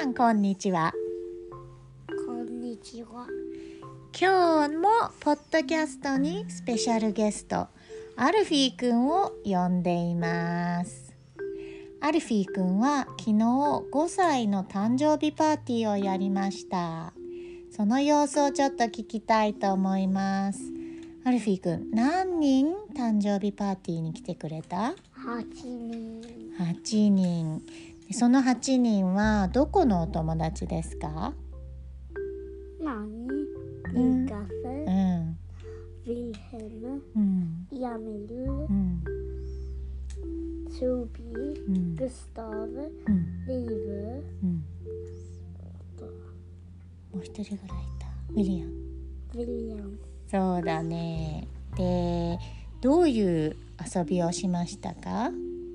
さんこんにちは。 こんにちは。 今日もポッドキャストにスペシャルゲストアルフィーくんを呼んでいます。アルフィーくんは昨日5歳の誕生日パーティーをやりました。その様子をちょっと聞きたいと思います。アルフィーくん、何人誕生日パーティーに来てくれた 8人。 8人。その8人はどこのお友達ですか？ 何？ うん、 リカス、 うん、 ヴィルヘム、 うん、 ヤミル、 うん、 スービー、 うん、 グスターブ、 うん、 リーブ、 うん。もう一人ぐらいいた。ウィリアム。 ウィリアム。 そうだね。で、どういう遊びをしましたか？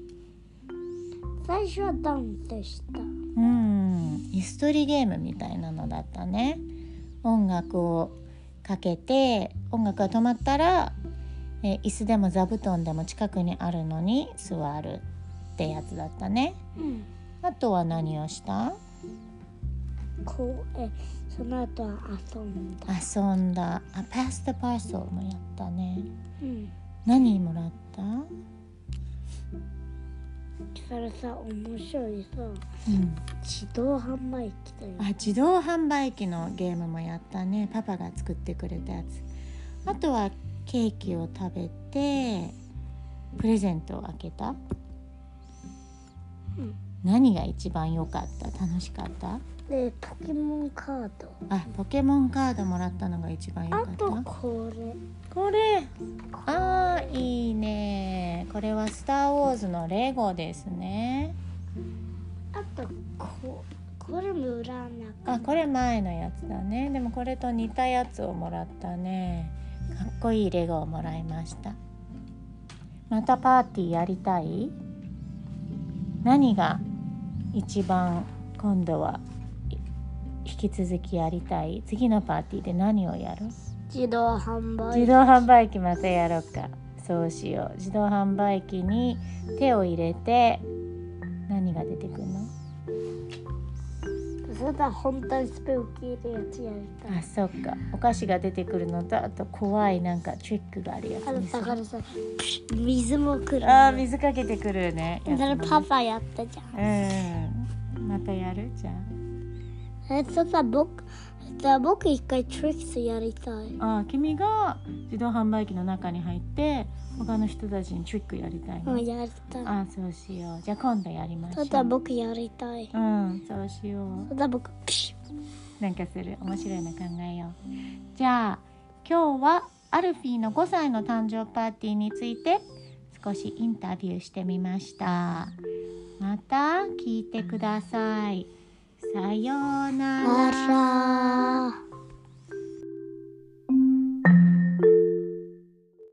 最初はダンスした。 椅子取りゲームみたいなのだったね。音楽をかけて、音楽が止まったら、椅子でも座布団でも近くにあるのに座るってやつだったね。あとは何をした？ その後は遊んだ。 遊んだ。パスタパーソルもやったね。何もらった？ それさ、面白いさ、自動販売機だよ。 自動販売機のゲームもやったね。パパが作ってくれたやつ。あとはケーキを食べてプレゼントを開けた。何が一番良かった？楽しかった？ で、ポケモンカード。 ポケモンカードもらったのが一番良かった。 あとこれいいね。これはスターウォーズのレゴですね。 あとこれも裏中。 これ前のやつだね。でもこれと似たやつをもらったね。かっこいいレゴをもらいました。またパーティーやりたい？何が一番今度は引き続きやりたい？次のパーティーで何をやる？ 自動販売機またやろうか。そうしよう。自動販売機に手を入れて何が出てくるの？ それとは本当にスプーキーでやつやりたい。 そっか。お菓子が出てくるのと、あと怖いなんかトリックがあるやつにする。 だからさ、水も来る、 水かけてくるね。 それパパやったじゃん。 またやる？じゃあ僕一回トリックスやりたい。 君が自動販売機の中に入って他の人たちにトリックやりたいの？ やりたい。 そうしよう。じゃあ今度やりましょう。 それと僕やりたい。 そうしよう。 それと僕なんかする。面白いの考えよう。じゃあ今日はアルフィーの5歳の誕生パーティーについて少しインタビューしてみました。また聞いてください。さようなら。